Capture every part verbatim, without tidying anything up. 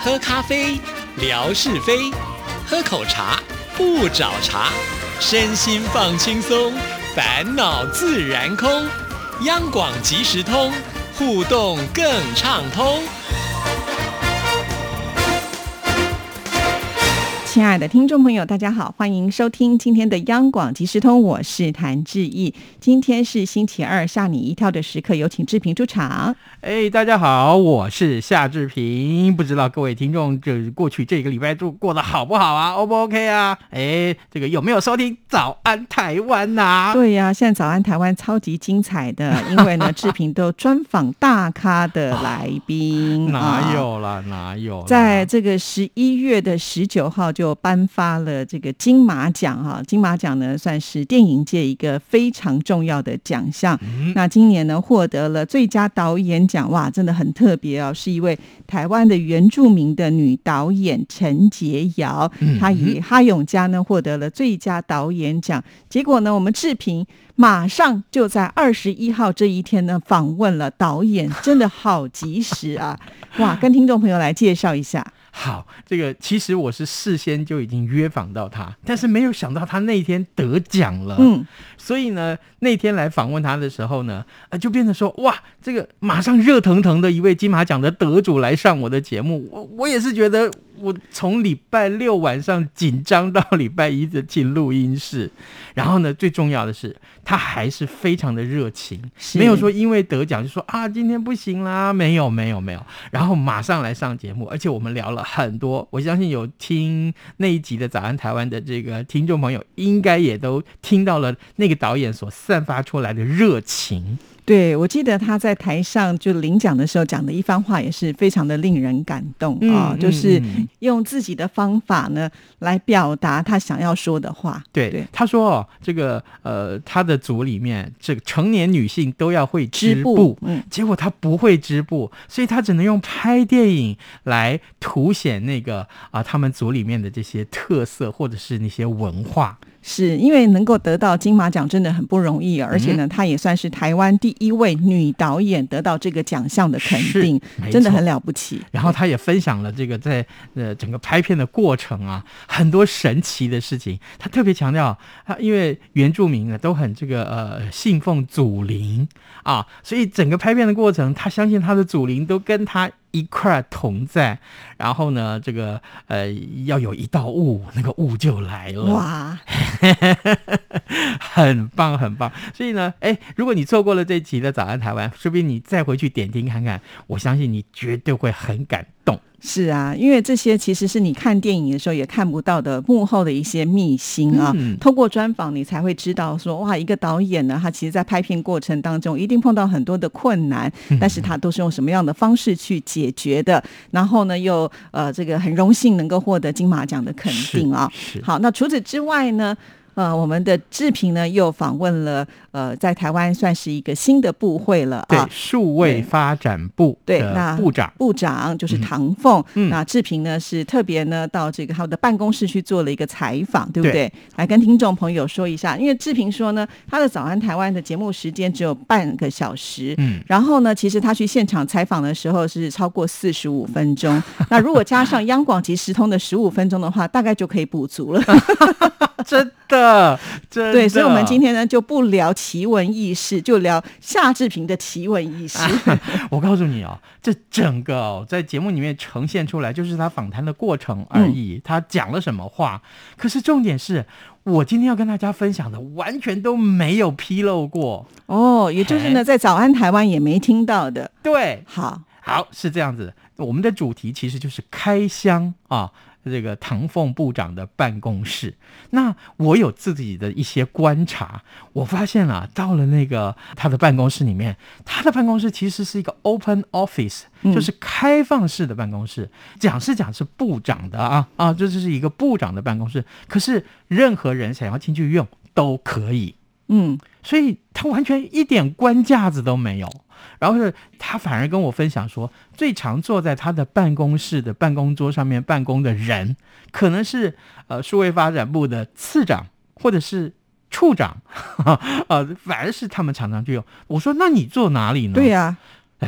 喝咖啡，聊是非；喝口茶，不找茬。身心放轻松，烦恼自然空。央广即时通，互动更畅通。 亲爱的听众朋友大家好，欢迎收听今天的央广即时通，我是谭志毅。今天是星期二，吓你一跳的时刻，有请志平出场。 哎，大家好，我是夏志平。不知道各位听众这过去这个礼拜就过得好不好啊 ？O 不 OK 啊？哎，这个有没有收听早安台湾啊？ 对呀、啊，现在早安台湾超级精彩的，因为呢志平都专访大咖的来宾、 啊、哪有啦、啊、哪有啦， 在这个十一月的十九号就颁发了这个金马奖哈，金马奖呢算是电影界一个非常重要的奖项、嗯、那今年呢获得了最佳导演奖，哇真的很特别哦，是一位台湾的原住民的女导演陈洁瑶、嗯、她以哈永家呢获得了最佳导演奖。结果呢我们志平马上就在二十一号这一天呢访问了导演，真的好及时啊哇，跟听众朋友来介绍一下。 好，这个其实我是事先就已经约访到他，但是没有想到他那天得奖了，嗯，所以呢那天来访问他的时候呢，呃，就变成说哇，这个马上热腾腾的一位金马奖的得主来上我的节目，我我也是觉得我从礼拜六晚上紧张到礼拜一的进录音室，然后呢最重要的是他还是非常的热情，没有说因为得奖就说啊今天不行啦，没有没有没有，然后马上来上节目，而且我们聊了很多，我相信有听那一集的早安台湾的这个听众朋友应该也都听到了那个导演所散发出来的热情。 对，我记得他在台上就领奖的时候讲的一番话也是非常的令人感动、嗯哦、就是用自己的方法呢来表达他想要说的话。 对, 对他说哦，这个呃，他的组里面这个成年女性都要会织布, 织布、嗯、结果他不会织布，所以他只能用拍电影来凸显那个啊、呃，他们组里面的这些特色或者是那些文化。 是因为能够得到金马奖真的很不容易，而且呢，她也算是台湾第一位女导演得到这个奖项的肯定，真的很了不起。 然后她也分享了这个在呃整个拍片的过程啊，很多神奇的事情。她特别强调，她因为原住民呢都很这个呃信奉祖灵啊，所以整个拍片的过程，她相信她的祖灵都跟她一块同在，然后呢这个呃要有一道雾，那个雾就来了，哇很棒很棒。所以呢哎，如果你错过了这集的早安台湾，说不定你再回去点听看看，我相信你绝对会很感动。 是啊，因为这些其实是你看电影的时候也看不到的幕后的一些秘辛啊、嗯、透过专访你才会知道说哇，一个导演呢他其实在拍片过程当中一定碰到很多的困难、嗯、但是他都是用什么样的方式去解决的，然后呢又呃这个很荣幸能够获得金马奖的肯定啊。好，那除此之外呢呃，我们的志平呢又访问了呃，在台湾算是一个新的部会了啊， 对，数位发展部的部长， 部长就是唐凤、嗯、那志平呢是特别呢到这个他的办公室去做了一个采访，对不对？对，来跟听众朋友说一下，因为志平说呢他的早安台湾的节目时间只有半个小时，嗯，然后呢其实他去现场采访的时候是超过四十五分钟那如果加上央广即时通的十五分钟的话，大概就可以补足了真的真的对，所以我们今天呢就不聊奇闻异事，就聊夏志平的奇闻异事、啊、 我告诉你哦，这整个、哦、在节目里面呈现出来就是他访谈的过程而已、嗯、他讲了什么话，可是重点是我今天要跟大家分享的完全都没有披露过哦，也就是呢在早安台湾也没听到的。 对， 好好是这样子，我们的主题其实就是开箱啊，这个唐凤部长的办公室。那我有自己的一些观察，我发现啊，到了那个他的办公室里面，他的办公室其实是一个 open office、嗯、就是开放式的办公室，讲是讲是部长的啊啊，这就是一个部长的办公室，可是任何人想要进去用都可以。嗯，所以他完全一点官架子都没有。然后他反而跟我分享说，最常坐在他的办公室的办公桌上面办公的人，可能是呃数位发展部的次长或者是处长，呃，反而是他们常常去用。我说那你坐哪里呢？ 对呀、 啊，哎，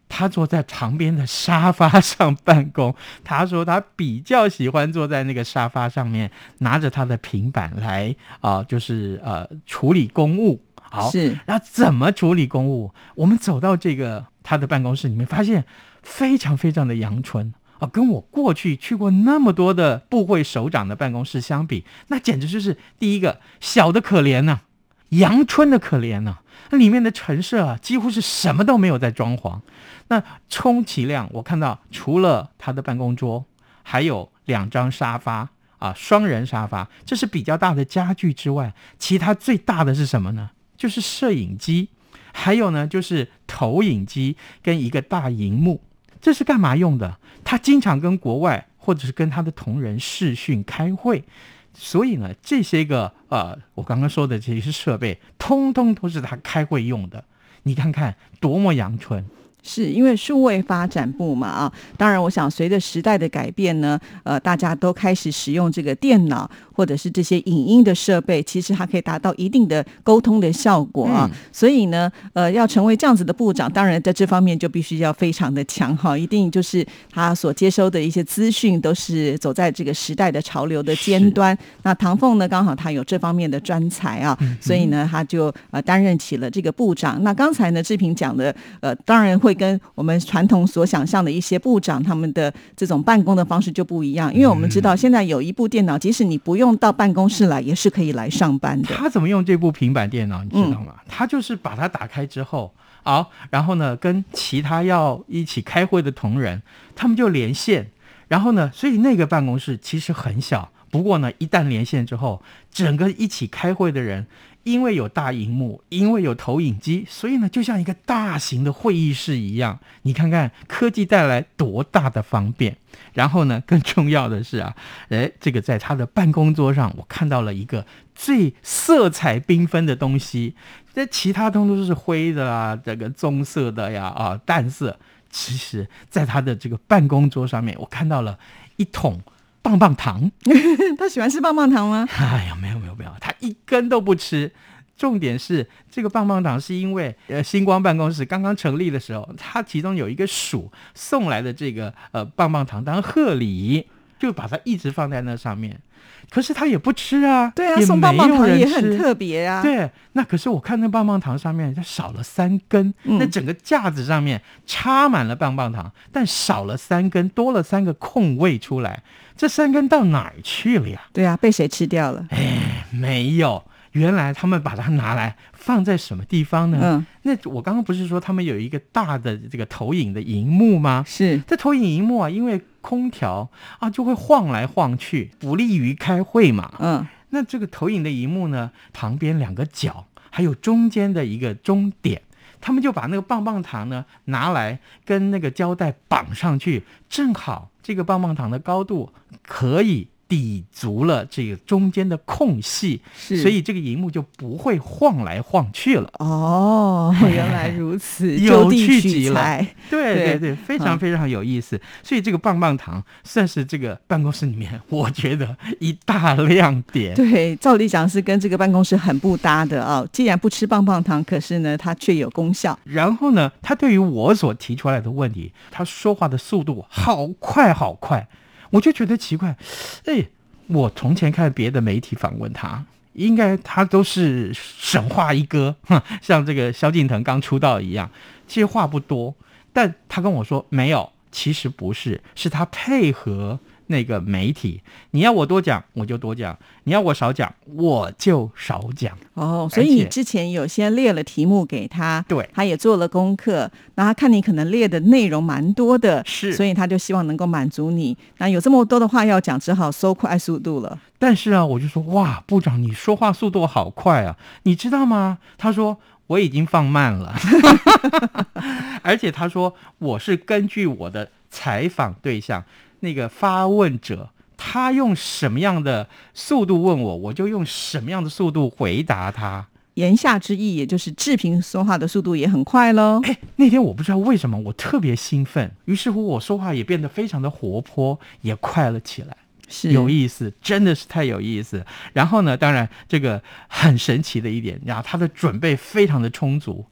他坐在旁边的沙发上办公，他说他比较喜欢坐在那个沙发上面，拿着他的平板来啊、呃，就是呃处理公务。好， 是， 那怎么处理公务？我们走到这个他的办公室里面，发现非常非常的阳春啊，跟我过去去过那么多的部会首长的办公室相比，那简直就是第一个小的可怜呢、啊，阳春的可怜呢、啊。那里面的陈设啊，几乎是什么都没有在装潢。那充其量我看到，除了他的办公桌，还有两张沙发啊，双人沙发，这是比较大的家具之外，其他最大的是什么呢？就是摄影机，还有呢就是投影机跟一个大荧幕。这是干嘛用的？他经常跟国外或者是跟他的同仁视讯开会，所以呢这些个呃我刚刚说的这些设备通通都是他开会用的。你看看多么阳春。 是因为数位发展部嘛啊，当然我想随着时代的改变呢，呃，大家都开始使用这个电脑或者是这些影音的设备，其实它可以达到一定的沟通的效果啊。嗯、所以呢，呃，要成为这样子的部长，当然在这方面就必须要非常的强哈，一定就是他所接收的一些资讯都是走在这个时代的潮流的尖端。那唐凤呢，刚好他有这方面的专才啊，嗯、所以呢，他就呃担任起了这个部长。那刚才呢，志平讲的，呃，当然会跟我们传统所想象的一些部长他们的这种办公的方式就不一样，因为我们知道现在有一部电脑，即使你不用到办公室来，也是可以来上班的。 他怎么用这部平板电脑你知道吗？嗯、他就是把它打开之后，好，然后呢跟其他要一起开会的同仁他们就连线，然后呢所以那个办公室其实很小，不过呢一旦连线之后，整个一起开会的人因为有大荧幕，因为有投影机，所以呢就像一个大型的会议室一样。你看看科技带来多大的方便。然后呢更重要的是啊，诶这个在他的办公桌上我看到了一个最色彩缤纷的东西，这其他通通都是灰的啊，这个棕色的呀啊淡色。其实在他的这个办公桌上面我看到了一桶棒棒糖。 他喜欢吃棒棒糖吗？ 哎呀，没有没有没有，他一根都不吃。重点是这个棒棒糖是因为呃星光办公室刚刚成立的时候，他其中有一个属送来的这个呃棒棒糖当贺礼，就把它一直放在那上面。可是他也不吃啊， 对啊，送棒棒糖也很特别啊。 对，那可是我看那棒棒糖上面就少了三根，嗯、那整个架子上面插满了棒棒糖，但少了三根，多了三个空位出来，这三根到哪儿去了呀？ 对啊，被谁吃掉了？ 哎，没有。原来他们把它拿来放在什么地方呢？嗯，那我刚刚不是说他们有一个大的这个投影的荧幕吗？ 是， 这投影荧幕啊，因为空调啊就会晃来晃去，不利于开会嘛。嗯，那这个投影的荧幕呢，旁边两个角还有中间的一个终点，他们就把那个棒棒糖呢拿来跟那个胶带绑上去，正好这个棒棒糖的高度可以抵足了这个中间的空隙，所以这个荧幕就不会晃来晃去了。 哦，原来如此， 有趣极了。对对对, 对，非常非常有意思。嗯、所以这个棒棒糖算是这个办公室里面我觉得一大亮点。 对，照理讲是跟这个办公室很不搭的啊、哦。既然不吃棒棒糖，可是呢它却有功效。 然后呢，他对于我所提出来的问题，他说话的速度好快好快。我就觉得奇怪，哎，我从前看别的媒体访问他，应该他都是神话一哥，像这个萧敬腾刚出道一样，其实话不多，但他跟我说没有，其实不是，是他配合那个媒体，你要我多讲我就多讲，你要我少讲我就少讲。 哦，所以你之前有先列了题目给他， 对， 他也做了功课，那他看你可能列的内容蛮多的， 是， 所以他就希望能够满足你。那有这么多的话要讲，只好收快速度了。 但是啊，我就说哇，部长你说话速度好快啊，你知道吗？他说我已经放慢了，而且他说我是根据我的采访对象。那个发问者他用什么样的速度问我，我就用什么样的速度回答他。 言下之意也就是志平说话的速度也很快咯。 哎，那天我不知道为什么我特别兴奋，于是乎我说话也变得非常的活泼，也快了起来。 是有意思，真的是太有意思。然后呢，当然这个很神奇的一点，然后他的准备非常的充足。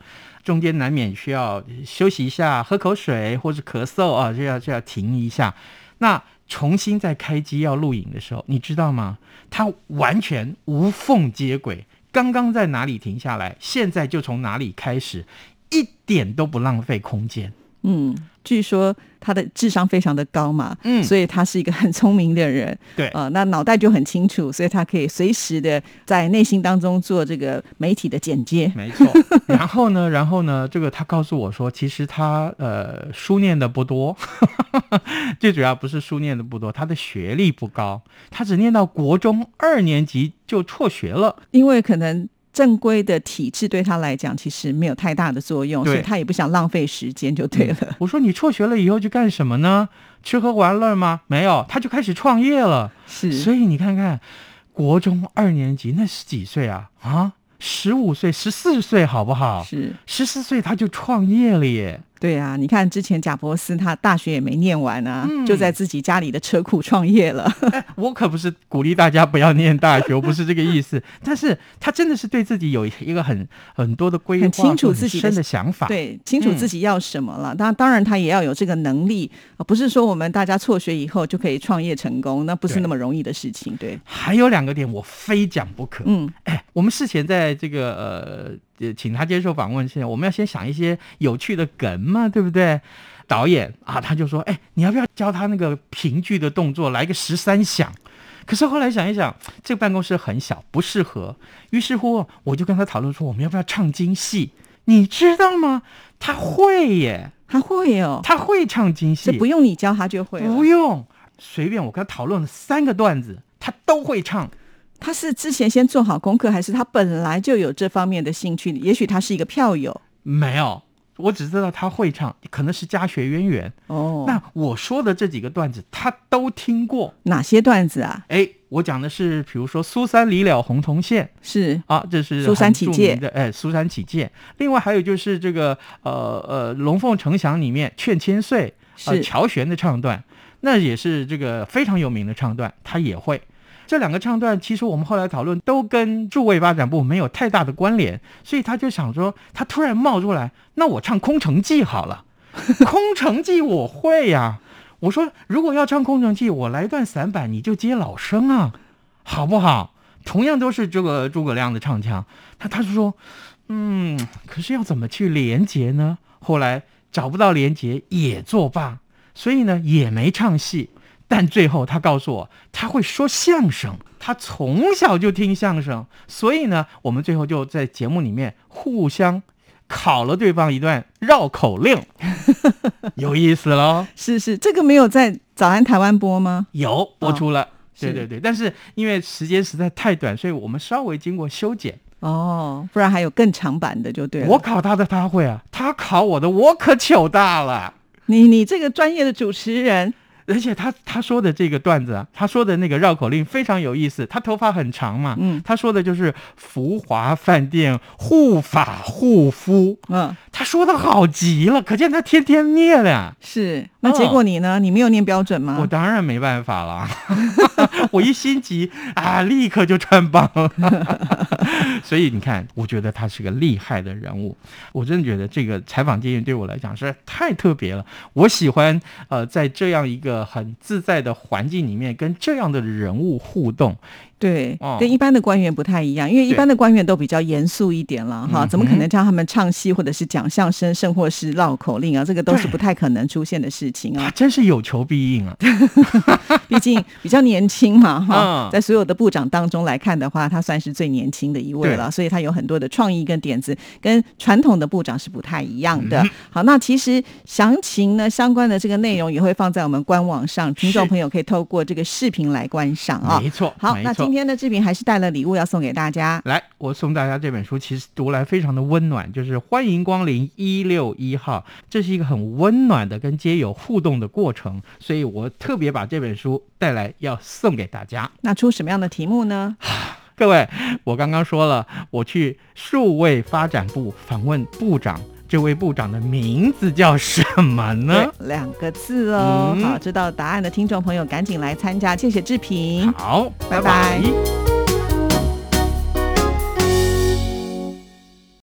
中间难免需要休息一下，喝口水或是咳嗽啊，就要就要停一下。那重新再开机要录影的时候，你知道吗？它完全无缝接轨，刚刚在哪里停下来，现在就从哪里开始，一点都不浪费空间。 嗯，据说他的智商非常的高嘛，嗯，所以他是一个很聪明的人， 对， 呃，那脑袋就很清楚，所以他可以随时的在内心当中做这个媒体的剪接， 没错。然后呢，然后呢，这个他告诉我说，其实他呃书念的不多，最主要不是书念的不多，他的学历不高，他只念到国中二年级就辍学了， 因为可能正规的体制对他来讲其实没有太大的作用，所以他也不想浪费时间就对了、嗯、 我说你辍学了以后去干什么呢？吃喝玩乐吗？没有，他就开始创业了。 是， 所以你看看国中二年级那是几岁啊？啊，十五岁十四岁好不好？ 是十四岁他就创业了耶。 对啊，你看之前贾伯斯他大学也没念完啊、嗯、就在自己家里的车库创业了、 哎、我可不是鼓励大家不要念大学，我不是这个意思，但是他真的是对自己有一个很很多的规划， 很清楚自己的很深的想法， 对，清楚自己要什么了、嗯、当, 当然他也要有这个能力，不是说我们大家辍学以后就可以创业成功，那不是那么容易的事情。 对, 对， 还有两个点我非讲不可。 嗯， 哎，我们事前在这个呃请他接受访问前，我们要先想一些有趣的梗嘛，对不对？导演啊，他就说，哎，你要不要教他那个评剧的动作，来个十三响？可是后来想一想，这个办公室很小，不适合。于是乎，我就跟他讨论说，我们要不要唱京戏？你知道吗？他会耶， 他会哦， 他会唱京戏， 这不用你教他就会了， 不用，随便我跟他讨论了三个段子，他都会唱。 他是之前先做好功课，还是他本来就有这方面的兴趣？也许他是一个票友。 没有，我只知道他会唱，可能是家学渊源。 哦， 那我说的这几个段子他都听过。 哪些段子啊？ 哎，我讲的是比如说苏三离了洪洞县， 是啊，这是苏三起解的，哎，苏三起解。另外还有就是这个呃呃龙凤呈祥里面劝千岁呃乔玄的唱段，那也是这个非常有名的唱段，他也会。这两个唱段其实我们后来讨论都跟数位发展部没有太大的关联，所以他就想说，他突然冒出来，那我唱空城计好了。空城计我会呀、啊，我说如果要唱空城计，我来段散板，你就接老生啊，好不好？同样都是这个诸葛亮的唱腔，他他就说，嗯，可是要怎么去连结呢？后来找不到连结也作罢，所以呢也没唱戏。但最后他告诉我，他会说相声，他从小就听相声，所以呢我们最后就在节目里面互相考了对方一段绕口令。有意思咯。 是是，这个没有在早安台湾播吗？ 有播出了、哦、对对对， 是， 但是因为时间实在太短，所以我们稍微经过修剪。 哦，不然还有更长版的就对了。 我考他的他会啊，他考我的我可糗大了。 你你这个专业的主持人。 而且他他说的这个段子啊，他说的那个绕口令非常有意思。他头发很长嘛，嗯，他说的就是福华饭店护发护肤，嗯，他说的好极了，可见他天天念了。 是，那结果你呢？哦、你没有念标准吗？ 我当然没办法了，我一心急啊，立刻就穿帮了。所以你看，我觉得他是个厉害的人物。我真的觉得这个采访经验对我来讲是太特别了。我喜欢呃，在这样一个很自在的环境里面跟这样的人物互动。 对、哦、跟一般的官员不太一样，因为一般的官员都比较严肃一点了哈，怎么可能叫他们唱戏或者是讲相声，甚或是绕口令啊？这个都是不太可能出现的事情啊！ 真是有求必应啊！ 毕竟比较年轻嘛哈、嗯，在所有的部长当中来看的话，他算是最年轻的一位了，所以他有很多的创意跟点子，跟传统的部长是不太一样的。嗯、好，那其实详情呢，相关的这个内容也会放在我们官网上，听众朋友可以透过这个视频来观赏啊。 没错， 好，那今天的志平还是带了礼物要送给大家。 来，我送大家这本书，其实读来非常的温暖，就是欢迎光临一六一号，这是一个很温暖的跟街友互动的过程，所以我特别把这本书带来要送给大家。 那出什么样的题目呢？ 各位，我刚刚说了，我去数位发展部访问部长，这位部长的名字叫什么呢？ 两个字哦、嗯。好，知道答案的听众朋友赶紧来参加，谢谢志平。 好， 拜拜。拜拜。